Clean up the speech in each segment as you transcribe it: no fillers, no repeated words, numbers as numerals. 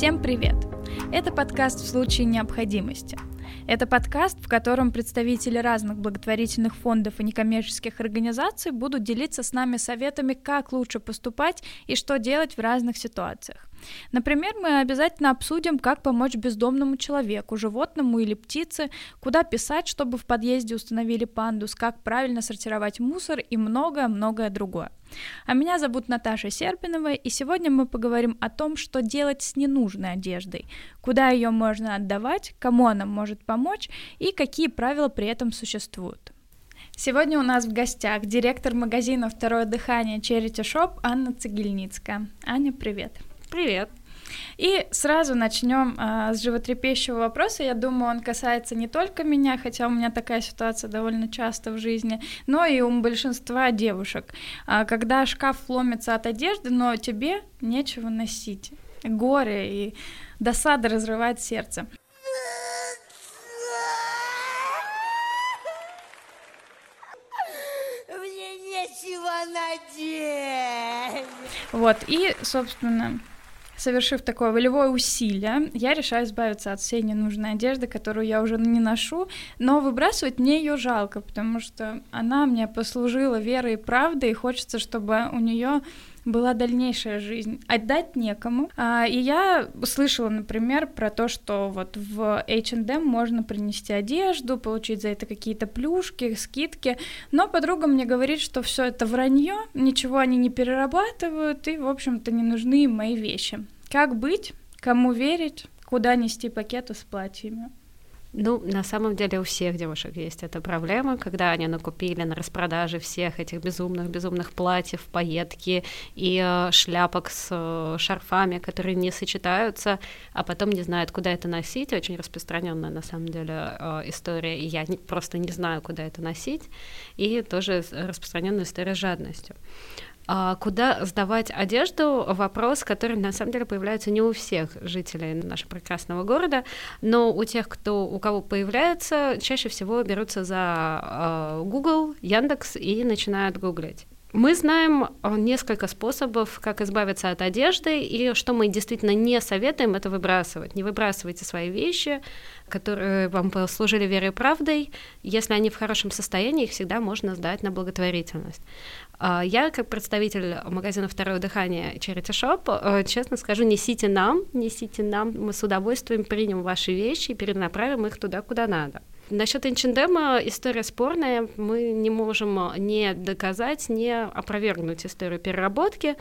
Всем привет! Это подкаст «В случае необходимости». Это подкаст, в котором представители разных благотворительных фондов и некоммерческих организаций будут делиться с нами советами, как лучше поступать и что делать в разных ситуациях. Например, мы обязательно обсудим, как помочь бездомному человеку, животному или птице, куда писать, чтобы в подъезде установили пандус, как правильно сортировать мусор и многое-многое другое. А меня зовут Наташа Серпинова, и сегодня мы поговорим о том, что делать с ненужной одеждой, куда ее можно отдавать, кому она может помочь и какие правила при этом существуют. Сегодня у нас в гостях директор магазина «Второе дыхание» Charity Shop Анна Цегельницкая. Аня, привет! Привет! И сразу начнем с животрепещущего вопроса. Я думаю, он касается не только меня, хотя у меня такая ситуация довольно часто в жизни, но и у большинства девушек. Когда шкаф ломится от одежды, но тебе нечего носить. Горе и досада разрывает сердце. Мне нечего надеть. Вот, и, собственно, совершив такое волевое усилие, я решаю избавиться от всей ненужной одежды, которую я уже не ношу, но выбрасывать мне ее жалко, потому что она мне послужила верой и правдой, и хочется, чтобы у нее была дальнейшая жизнь. Отдать некому. И я слышала, например, про то, что вот в H&M можно принести одежду, получить за это какие-то плюшки, скидки, но подруга мне говорит, что все это вранье, ничего они не перерабатывают, и, в общем-то, не нужны им мои вещи. Как быть? Кому верить? Куда нести пакеты с платьями? Ну, на самом деле у всех девушек есть эта проблема, когда они накупили на распродаже всех этих безумных платьев, пайетки и шляпок с шарфами, которые не сочетаются, а потом не знают, куда это носить. Очень распространенная на самом деле история, и я просто не знаю, куда это носить, и тоже распространенная история с жадностью. Куда сдавать одежду — вопрос, который на самом деле появляется не у всех жителей нашего прекрасного города, но у тех, у кого появляется, чаще всего берутся за Google, Яндекс и начинают гуглить. Мы знаем несколько способов, как избавиться от одежды, и что мы действительно не советуем, это выбрасывать. Не выбрасывайте свои вещи, которые вам послужили верой и правдой. Если они в хорошем состоянии, их всегда можно сдать на благотворительность. Я, как представитель магазина «Второе дыхание» Charity Shop, честно скажу, несите нам, мы с удовольствием примем ваши вещи и перенаправим их туда, куда надо. Насчет H&M история спорная, мы не можем не доказать, не опровергнуть историю переработки,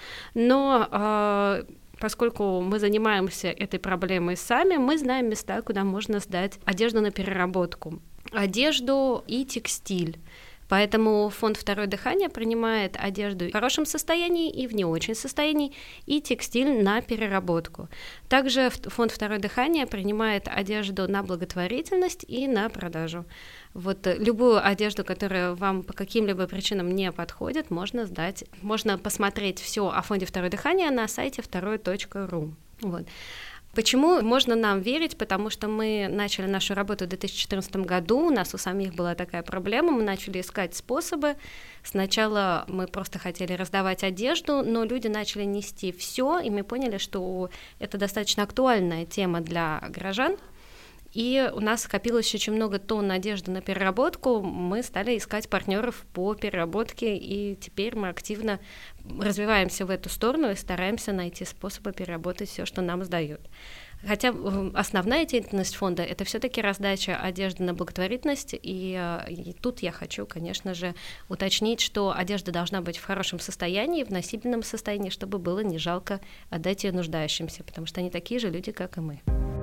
но поскольку мы занимаемся этой проблемой сами, мы знаем места, куда можно сдать одежду на переработку, одежду и текстиль. Поэтому фонд «Второе дыхание» принимает одежду в хорошем состоянии и в не очень состоянии, и текстиль на переработку. Также фонд «Второе дыхание» принимает одежду на благотворительность и на продажу. Вот любую одежду, которая вам по каким-либо причинам не подходит, можно сдать. Можно посмотреть все о фонде «Второе дыхание» на сайте второе.ру. Вот. Почему можно нам верить? Потому что мы начали нашу работу в 2014 году, у нас у самих была такая проблема, мы начали искать способы. Сначала мы просто хотели раздавать одежду, но люди начали нести все, и мы поняли, что это достаточно актуальная тема для горожан. И у нас скопилось очень много тонн одежды на переработку, мы стали искать партнеров по переработке, и теперь мы активно развиваемся в эту сторону и стараемся найти способы переработать все, что нам сдают. Хотя основная деятельность фонда — это все-таки раздача одежды на благотворительность, и тут я хочу, конечно же, уточнить, что одежда должна быть в хорошем состоянии, в носибельном состоянии, чтобы было не жалко отдать ее нуждающимся, потому что они такие же люди, как и мы.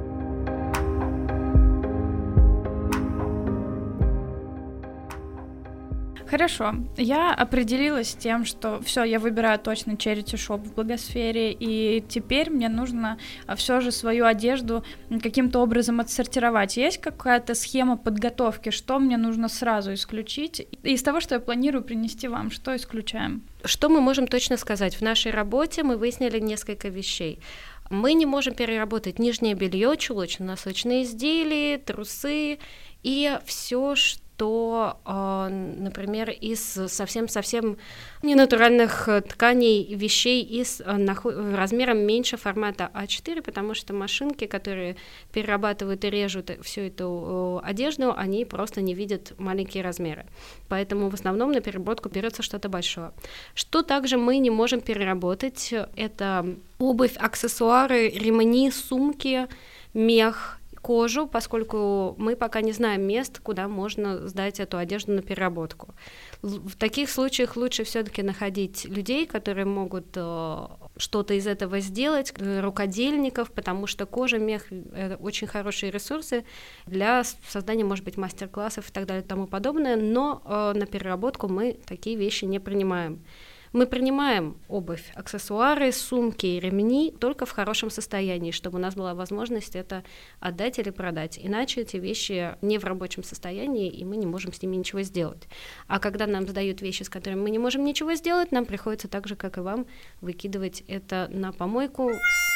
Хорошо, я определилась с тем, что все, я выбираю точно Charity Shop в благосфере, и теперь мне нужно все же свою одежду каким-то образом отсортировать. Есть какая-то схема подготовки, что мне нужно сразу исключить? Из того, что я планирую принести вам, что исключаем? Что мы можем точно сказать? В нашей работе мы выяснили несколько вещей. Мы не можем переработать нижнее белье, чулочно-носочные изделия, трусы и все, что что, например, из совсем ненатуральных тканей вещей размером меньше формата А4, потому что машинки, которые перерабатывают и режут всю эту одежду, они просто не видят маленькие размеры. Поэтому в основном на переработку берется что-то большое. Что также мы не можем переработать, это обувь, аксессуары, ремни, сумки, мех, кожу, поскольку мы пока не знаем мест, куда можно сдать эту одежду на переработку. В таких случаях лучше все-таки находить людей, которые могут что-то из этого сделать, рукодельников, потому что кожа, мех — это очень хорошие ресурсы для создания, может быть, мастер-классов и так далее и тому подобное, но на переработку мы такие вещи не принимаем. Мы принимаем обувь, аксессуары, сумки и ремни только в хорошем состоянии, чтобы у нас была возможность это отдать или продать. Иначе эти вещи не в рабочем состоянии, и мы не можем с ними ничего сделать. А когда нам сдают вещи, с которыми мы не можем ничего сделать, нам приходится так же, как и вам, выкидывать это на помойку.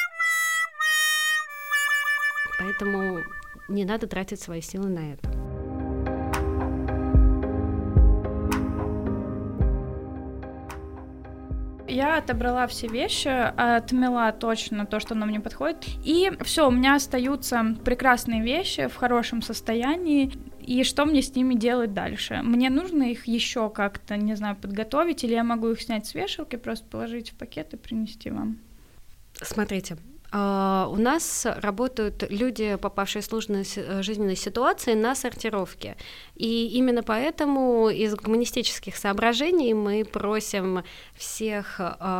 Поэтому не надо тратить свои силы на это. Я отобрала все вещи, отмела точно то, что нам не подходит. И все, у меня остаются прекрасные вещи в хорошем состоянии. И что мне с ними делать дальше? Мне нужно их еще как-то, не знаю, подготовить, или я могу их снять с вешалки, просто положить в пакет и принести вам? Смотрите. У нас работают люди, попавшие в сложные жизненные ситуации, на сортировке. И именно поэтому из гуманистических соображений мы просим всех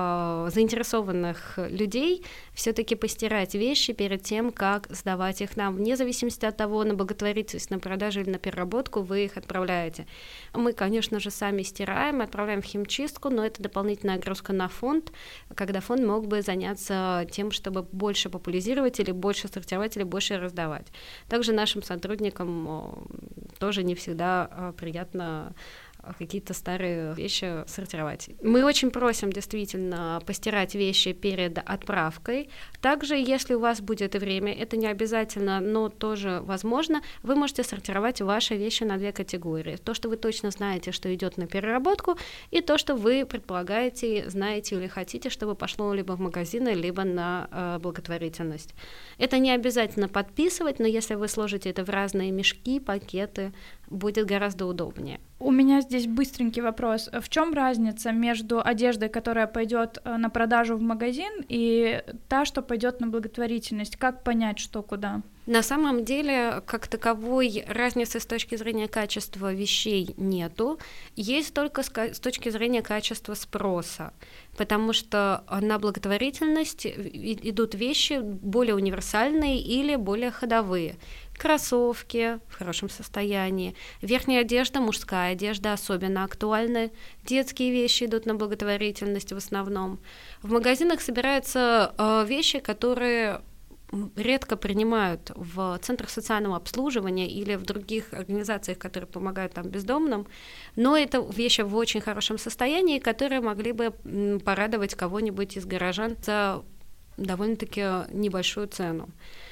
заинтересованных людей все-таки постирать вещи перед тем, как сдавать их нам, вне зависимости от того, на благотворительность, на продажу или на переработку вы их отправляете. Мы, конечно же, сами стираем, отправляем в химчистку, но это дополнительная нагрузка на фонд, когда фонд мог бы заняться тем, чтобы больше популяризировать или больше сортировать, или больше раздавать. Также нашим сотрудникам тоже не всегда приятно какие-то старые вещи сортировать. Мы очень просим действительно постирать вещи перед отправкой. Также, если у вас будет время, это не обязательно, но тоже возможно, вы можете сортировать ваши вещи на 2 категории. То, что вы точно знаете, что идет на переработку, и то, что вы предполагаете, знаете или хотите, чтобы пошло либо в магазины, либо на благотворительность. Это не обязательно подписывать, но если вы сложите это в разные мешки, пакеты, будет гораздо удобнее. У меня здесь быстренький вопрос. В чем разница между одеждой, которая пойдет на продажу в магазин, и та, что пойдет на благотворительность? Как понять, что куда? На самом деле, как таковой разницы с точки зрения качества вещей нету, есть только с точки зрения качества спроса, потому что на благотворительность идут вещи более универсальные или более ходовые. Кроссовки в хорошем состоянии, верхняя одежда, мужская одежда особенно актуальны, детские вещи идут на благотворительность в основном. В магазинах собираются вещи, которые редко принимают в центрах социального обслуживания или в других организациях, которые помогают там бездомным, но это вещи в очень хорошем состоянии, которые могли бы порадовать кого-нибудь из горожан за довольно-таки небольшую цену.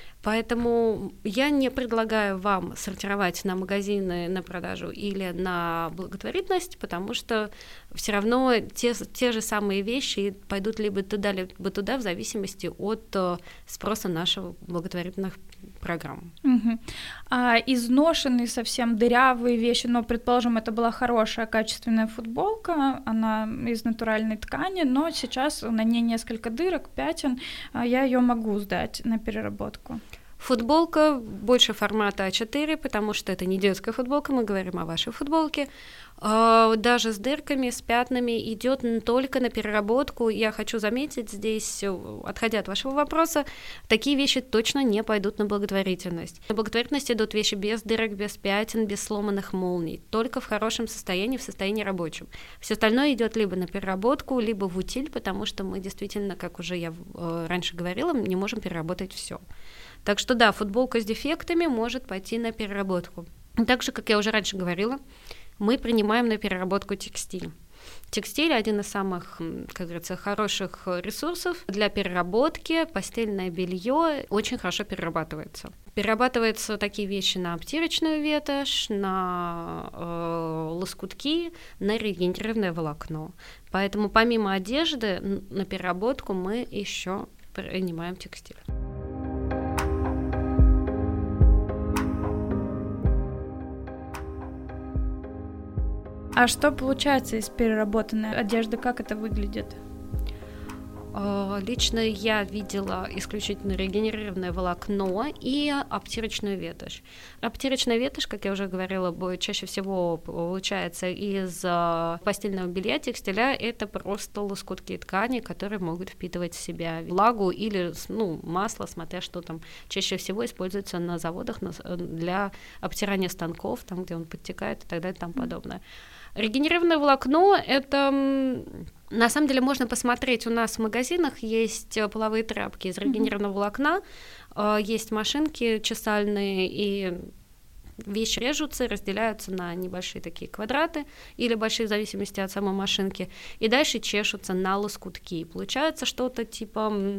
Поэтому я не предлагаю вам сортировать на магазины, на продажу или на благотворительность, потому что все равно те же самые вещи пойдут либо туда, в зависимости от спроса наших благотворительных программ. Угу. А изношенные, совсем дырявые вещи, но, предположим, это была хорошая, качественная футболка, она из натуральной ткани, но сейчас на ней несколько дырок, пятен, я ее могу сдать на переработку. Футболка больше формата А4, потому что это не детская футболка, мы говорим о вашей футболке. Даже с дырками, с пятнами идет только на переработку. Я хочу заметить здесь, отходя от вашего вопроса, такие вещи точно не пойдут на благотворительность. На благотворительность идут вещи без дырок, без пятен, без сломанных молний, только в хорошем состоянии, в состоянии рабочем. Все остальное идет либо на переработку, либо в утиль, потому что мы действительно, как уже я раньше говорила, не можем переработать все. Так что да, футболка с дефектами может пойти на переработку. Так же, как я уже раньше говорила, мы принимаем на переработку текстиль. Текстиль — один из самых, как говорится, хороших ресурсов для переработки. Постельное белье очень хорошо перерабатывается. Перерабатываются такие вещи на обтирочную ветошь, на лоскутки, на регенерированное волокно. Поэтому помимо одежды на переработку мы еще принимаем текстиль. А что получается из переработанной одежды? Как это выглядит? Лично я видела исключительно регенерированное волокно и обтирочную ветошь. Обтирочная ветошь, как я уже говорила, чаще всего получается из постельного белья, текстиля. Это просто лоскутки ткани, которые могут впитывать в себя влагу или масло, смотря что там чаще всего используется на заводах для обтирания станков, там, где он подтекает и так далее и тому подобное. Регенерированное волокно — это, на самом деле, можно посмотреть, у нас в магазинах есть половые тряпки из регенерированного волокна, есть машинки чесальные, и вещи режутся, разделяются на небольшие такие квадраты или большие, в зависимости от самой машинки, и дальше чешутся на лоскутки. Получается что-то типа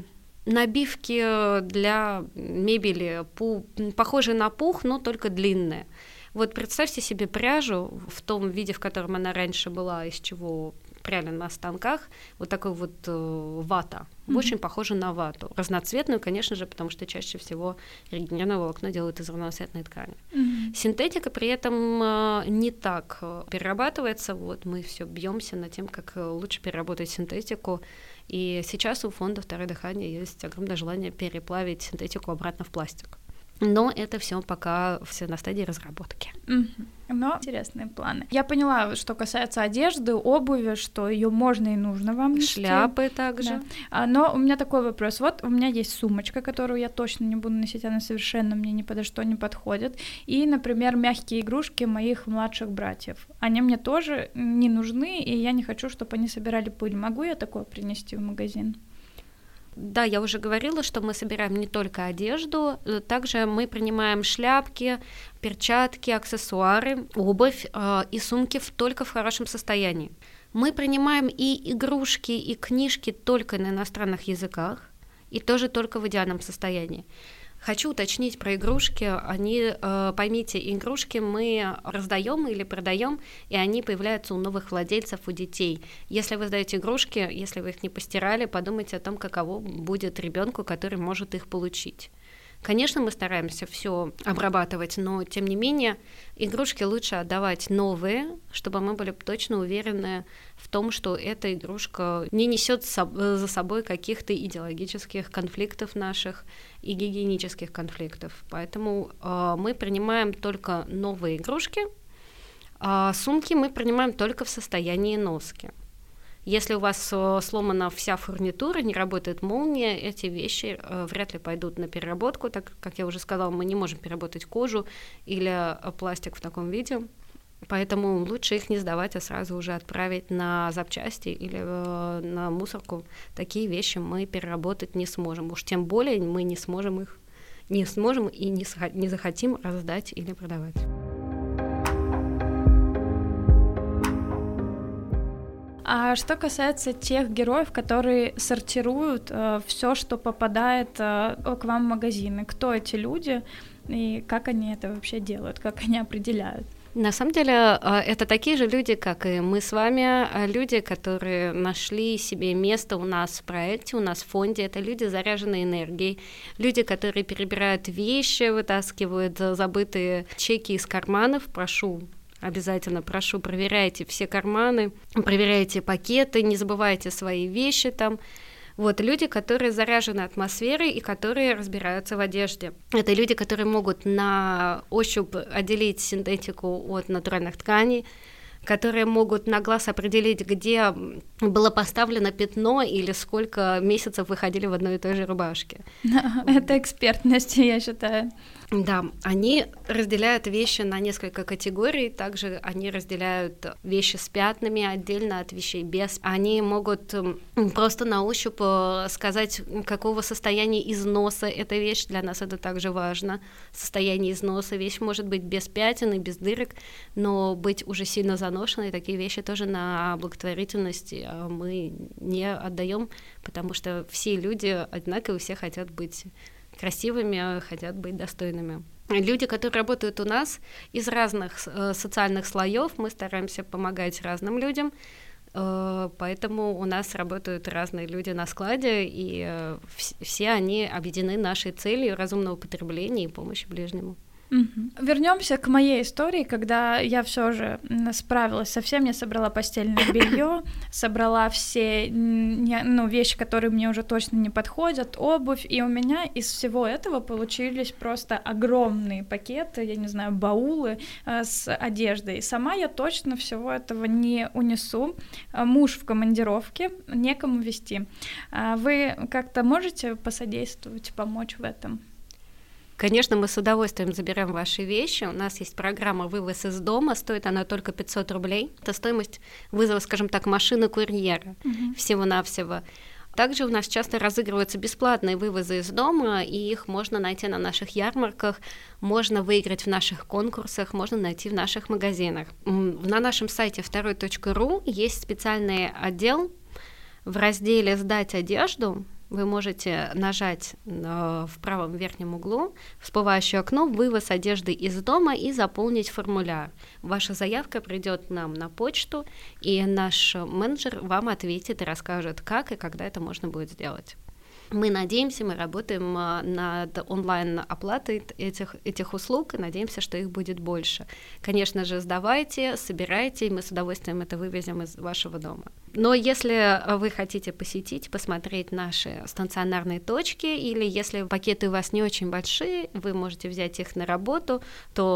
набивки для мебели, похожие на пух, но только длинные. Вот представьте себе пряжу в том виде, в котором она раньше была, из чего пряли на станках, вот такой вот вата, очень похожа на вату. Разноцветную, конечно же, потому что чаще всего регенерированное волокно делают из разноцветной ткани. Синтетика при этом не так перерабатывается. Вот мы все бьемся над тем, как лучше переработать синтетику. И сейчас у фонда «Второе дыхание» есть огромное желание переплавить синтетику обратно в пластик. Но это все пока все на стадии разработки. Но интересные планы. Я поняла, что касается одежды, обуви, что ее можно и нужно вам нести. Шляпы также. Да. Но у меня такой вопрос. Вот у меня есть сумочка, которую я точно не буду носить, она совершенно мне ни подо что не подходит. И, например, мягкие игрушки моих младших братьев. Они мне тоже не нужны, и я не хочу, чтобы они собирали пыль. Могу я такое принести в магазин? Да, я уже говорила, что мы собираем не только одежду, также мы принимаем шляпки, перчатки, аксессуары, обувь и сумки только в хорошем состоянии. Мы принимаем и игрушки, и книжки только на иностранных языках, и тоже только в идеальном состоянии. Хочу уточнить про игрушки. Поймите, игрушки мы раздаем или продаем, и они появляются у новых владельцев, у детей. Если вы сдаете игрушки, если вы их не постирали, подумайте о том, каково будет ребенку, который может их получить. Конечно, мы стараемся все обрабатывать, но, тем не менее, игрушки лучше отдавать новые, чтобы мы были точно уверены в том, что эта игрушка не несет за собой каких-то идеологических конфликтов наших и гигиенических конфликтов. Поэтому мы принимаем только новые игрушки, а сумки мы принимаем только в состоянии носки. Если у вас сломана вся фурнитура, не работает молния, эти вещи вряд ли пойдут на переработку, так как я уже сказала, мы не можем переработать кожу или пластик в таком виде, поэтому лучше их не сдавать, а сразу уже отправить на запчасти или на мусорку. Такие вещи мы переработать не сможем, уж тем более мы не сможем и не захотим раздать или продавать. А что касается тех героев, которые сортируют все, что попадает к вам в магазины, кто эти люди и как они это вообще делают, как они определяют? На самом деле это такие же люди, как и мы с вами, люди, которые нашли себе место у нас в проекте, у нас в фонде. Это люди, заряженные энергией, люди, которые перебирают вещи, вытаскивают забытые чеки из карманов. Обязательно прошу, проверяйте все карманы, проверяйте пакеты, не забывайте свои вещи там. Вот люди, которые заряжены атмосферой и которые разбираются в одежде. Это люди, которые могут на ощупь отделить синтетику от натуральных тканей, которые могут на глаз определить, где было поставлено пятно или сколько месяцев вы ходили в одной и той же рубашке. Это экспертность, я считаю. Да, они разделяют вещи на несколько категорий, также они разделяют вещи с пятнами отдельно от вещей без. Они могут просто на ощупь сказать, какого состояния износа эта вещь, для нас это также важно. Состояние износа, вещь может быть без пятен и без дырок, но быть уже сильно заношенной, такие вещи тоже на благотворительность мы не отдаем, потому что все люди одинаковые, все хотят быть красивыми, хотят быть достойными. Люди, которые работают у нас из разных социальных слоев, мы стараемся помогать разным людям, поэтому у нас работают разные люди на складе, и все они объединены нашей целью разумного потребления и помощи ближнему. Вернемся к моей истории, когда я все же справилась со всем, я собрала постельное белье, собрала все вещи, которые мне уже точно не подходят, обувь, и у меня из всего этого получились просто огромные пакеты, я не знаю, баулы с одеждой. Сама я точно всего этого не унесу. Муж в командировке, некому везти. Вы как-то можете посодействовать, помочь в этом? Конечно, мы с удовольствием заберем ваши вещи. У нас есть программа «Вывоз из дома», стоит она только 500 рублей. Это стоимость вызова, скажем так, машины-курьера всего-навсего. Также у нас часто разыгрываются бесплатные вывозы из дома, и их можно найти на наших ярмарках, можно выиграть в наших конкурсах, можно найти в наших магазинах. На нашем сайте второй.ру есть специальный отдел в разделе «Сдать одежду». Вы можете нажать в правом верхнем углу всплывающее окно «Вывоз одежды из дома» и заполнить формуляр. Ваша заявка придет нам на почту, и наш менеджер вам ответит и расскажет, как и когда это можно будет сделать. Мы надеемся, мы работаем над онлайн-оплатой этих услуг и надеемся, что их будет больше. Конечно же, сдавайте, собирайте, и мы с удовольствием это вывезем из вашего дома. Но если вы хотите посетить, посмотреть наши стационарные точки, или если пакеты у вас не очень большие, вы можете взять их на работу,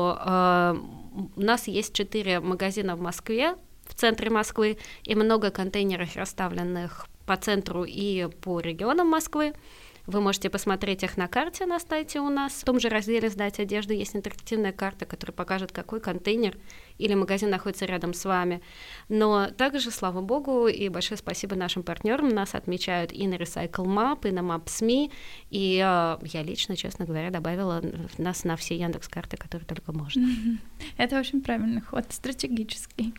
то у нас есть 4 магазина в Москве, в центре Москвы, и много контейнеров, расставленных по центру и по регионам Москвы. Вы можете посмотреть их на карте на сайте у нас. В том же разделе «Сдать одежду» есть интерактивная карта, которая покажет, какой контейнер или магазин находится рядом с вами. Но также, слава богу, и большое спасибо нашим партнерам, нас отмечают и на Recycle Map, и на Maps.me, и я лично, честно говоря, добавила нас на все Яндекс.Карты, которые только можно. Это очень правильный ход, стратегический.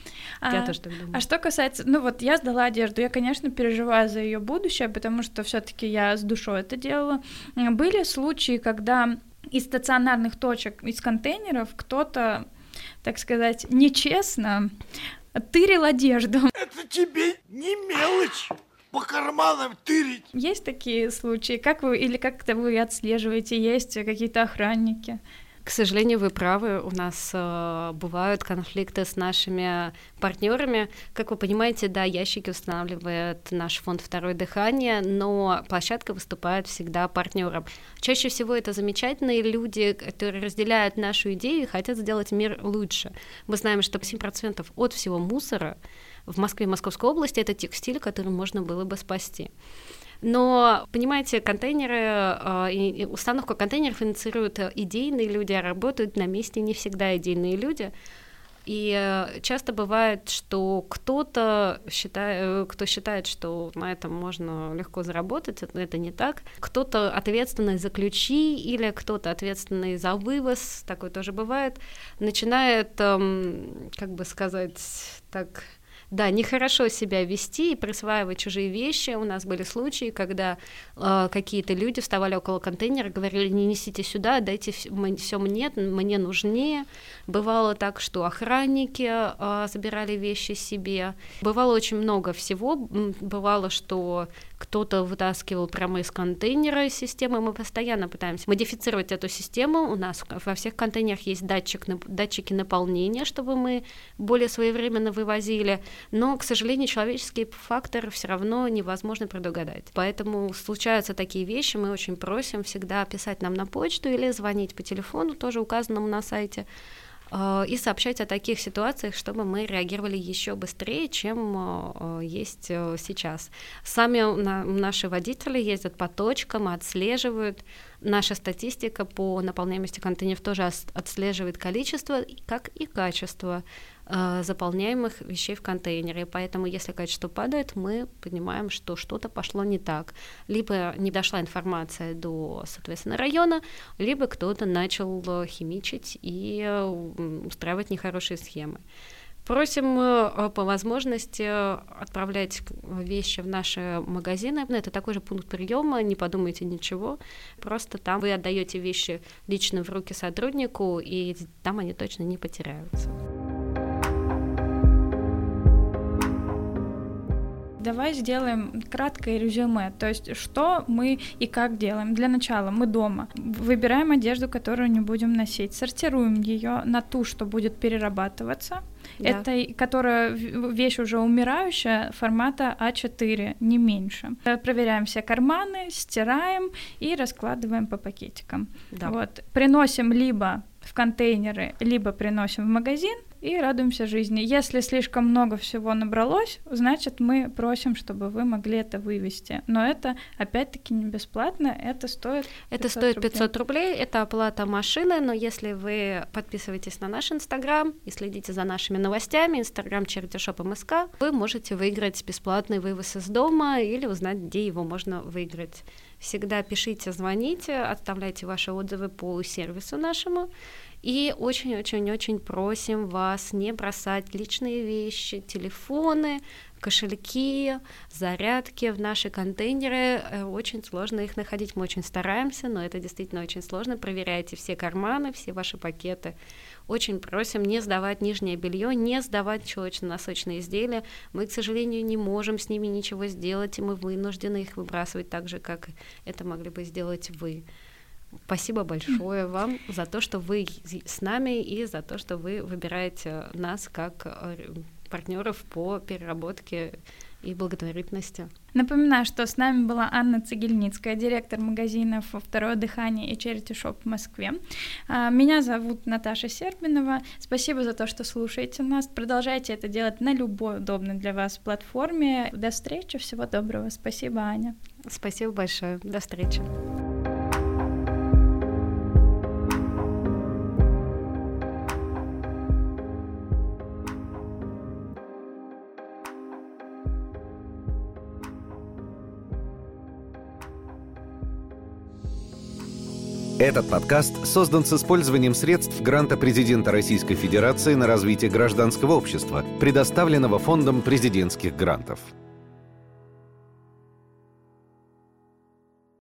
Я тоже так думаю. А что касается, я сдала одежду, я, конечно, переживаю за ее будущее, потому что все-таки я с душой это делала. Были случаи, когда из стационарных точек, из контейнеров кто-то, так сказать, нечестно тырил одежду. Это тебе не мелочь по карманам тырить. Есть такие случаи? Как-то вы отслеживаете? Есть какие-то охранники? К сожалению, вы правы, у нас бывают конфликты с нашими партнерами. Как вы понимаете, да, ящики устанавливает наш фонд «Второе дыхание», но площадка выступает всегда партнером. Чаще всего это замечательные люди, которые разделяют нашу идею и хотят сделать мир лучше. Мы знаем, что 7% от всего мусора в Москве и Московской области — это текстиль, который можно было бы спасти. Но, понимаете, контейнеры, установку контейнеров инициируют идейные люди, а работают на месте не всегда идейные люди. И часто бывает, что кто считает, что на этом можно легко заработать, это не так. Кто-то ответственный за ключи или кто-то ответственный за вывоз, такое тоже бывает, начинает, нехорошо себя вести и присваивать чужие вещи. У нас были случаи, когда какие-то люди вставали около контейнера, говорили: не несите сюда, дайте все мне нужнее. Бывало так, что охранники забирали вещи себе. Бывало очень много всего. Бывало, что кто-то вытаскивал прямо из контейнера, из системы. Мы постоянно пытаемся модифицировать эту систему. У нас во всех контейнерах есть датчики наполнения, чтобы мы более своевременно вывозили. Но, к сожалению, человеческий фактор все равно невозможно предугадать. Поэтому случаются такие вещи. Мы очень просим всегда писать нам на почту или звонить по телефону, тоже указанному на сайте. и сообщать о таких ситуациях, чтобы мы реагировали еще быстрее, чем есть сейчас. Сами наши водители ездят по точкам, отслеживают. Наша статистика по наполняемости контейнеров тоже отслеживает количество, как и качество заполняемых вещей в контейнере. Поэтому, если качество падает, мы понимаем, что что-то пошло не так. Либо не дошла информация до, соответственно, района, либо кто-то начал химичить и устраивать нехорошие схемы. Просим по возможности отправлять вещи в наши магазины. Это такой же пункт приема, не подумайте ничего. Просто там вы отдаете вещи лично в руки сотруднику, и там они точно не потеряются. Давай сделаем краткое резюме, то есть что мы и как делаем. Для начала мы дома выбираем одежду, которую не будем носить, сортируем ее на ту, что будет перерабатываться. Да. Это, которая вещь уже умирающая, формата А4, не меньше. Проверяем все карманы, стираем и раскладываем по пакетикам. Да. Вот. Приносим либо в контейнеры, либо приносим в магазин и радуемся жизни. Если слишком много всего набралось, значит, мы просим, чтобы вы могли это вывести. Но это, опять-таки, не бесплатно, это стоит 500 рублей, это оплата машины, но если вы подписываетесь на наш Инстаграм и следите за нашими новостями, Инстаграм Charity Shop МСК, вы можете выиграть бесплатный вывоз из дома или узнать, где его можно выиграть. Всегда пишите, звоните, оставляйте ваши отзывы по сервису нашему. И очень-очень-очень просим вас не бросать личные вещи, телефоны, кошельки, зарядки в наши контейнеры. Очень сложно их находить. Мы очень стараемся, но это действительно очень сложно. Проверяйте все карманы, все ваши пакеты. Очень просим не сдавать нижнее белье, не сдавать чулочно-носочные изделия. Мы, к сожалению, не можем с ними ничего сделать, и мы вынуждены их выбрасывать так же, как это могли бы сделать вы. Спасибо большое вам за то, что вы с нами, и за то, что вы выбираете нас как партнеров по переработке и благотворительности. Напоминаю, что с нами была Анна Цегельницкая, директор магазинов «Второе дыхание» и Charity Shop в Москве. Меня зовут Наташа Сербинова. Спасибо за то, что слушаете нас. Продолжайте это делать на любой удобной для вас платформе. До встречи, всего доброго. Спасибо, Аня. Спасибо большое. До встречи. Этот подкаст создан с использованием средств гранта президента Российской Федерации на развитие гражданского общества, предоставленного Фондом президентских грантов.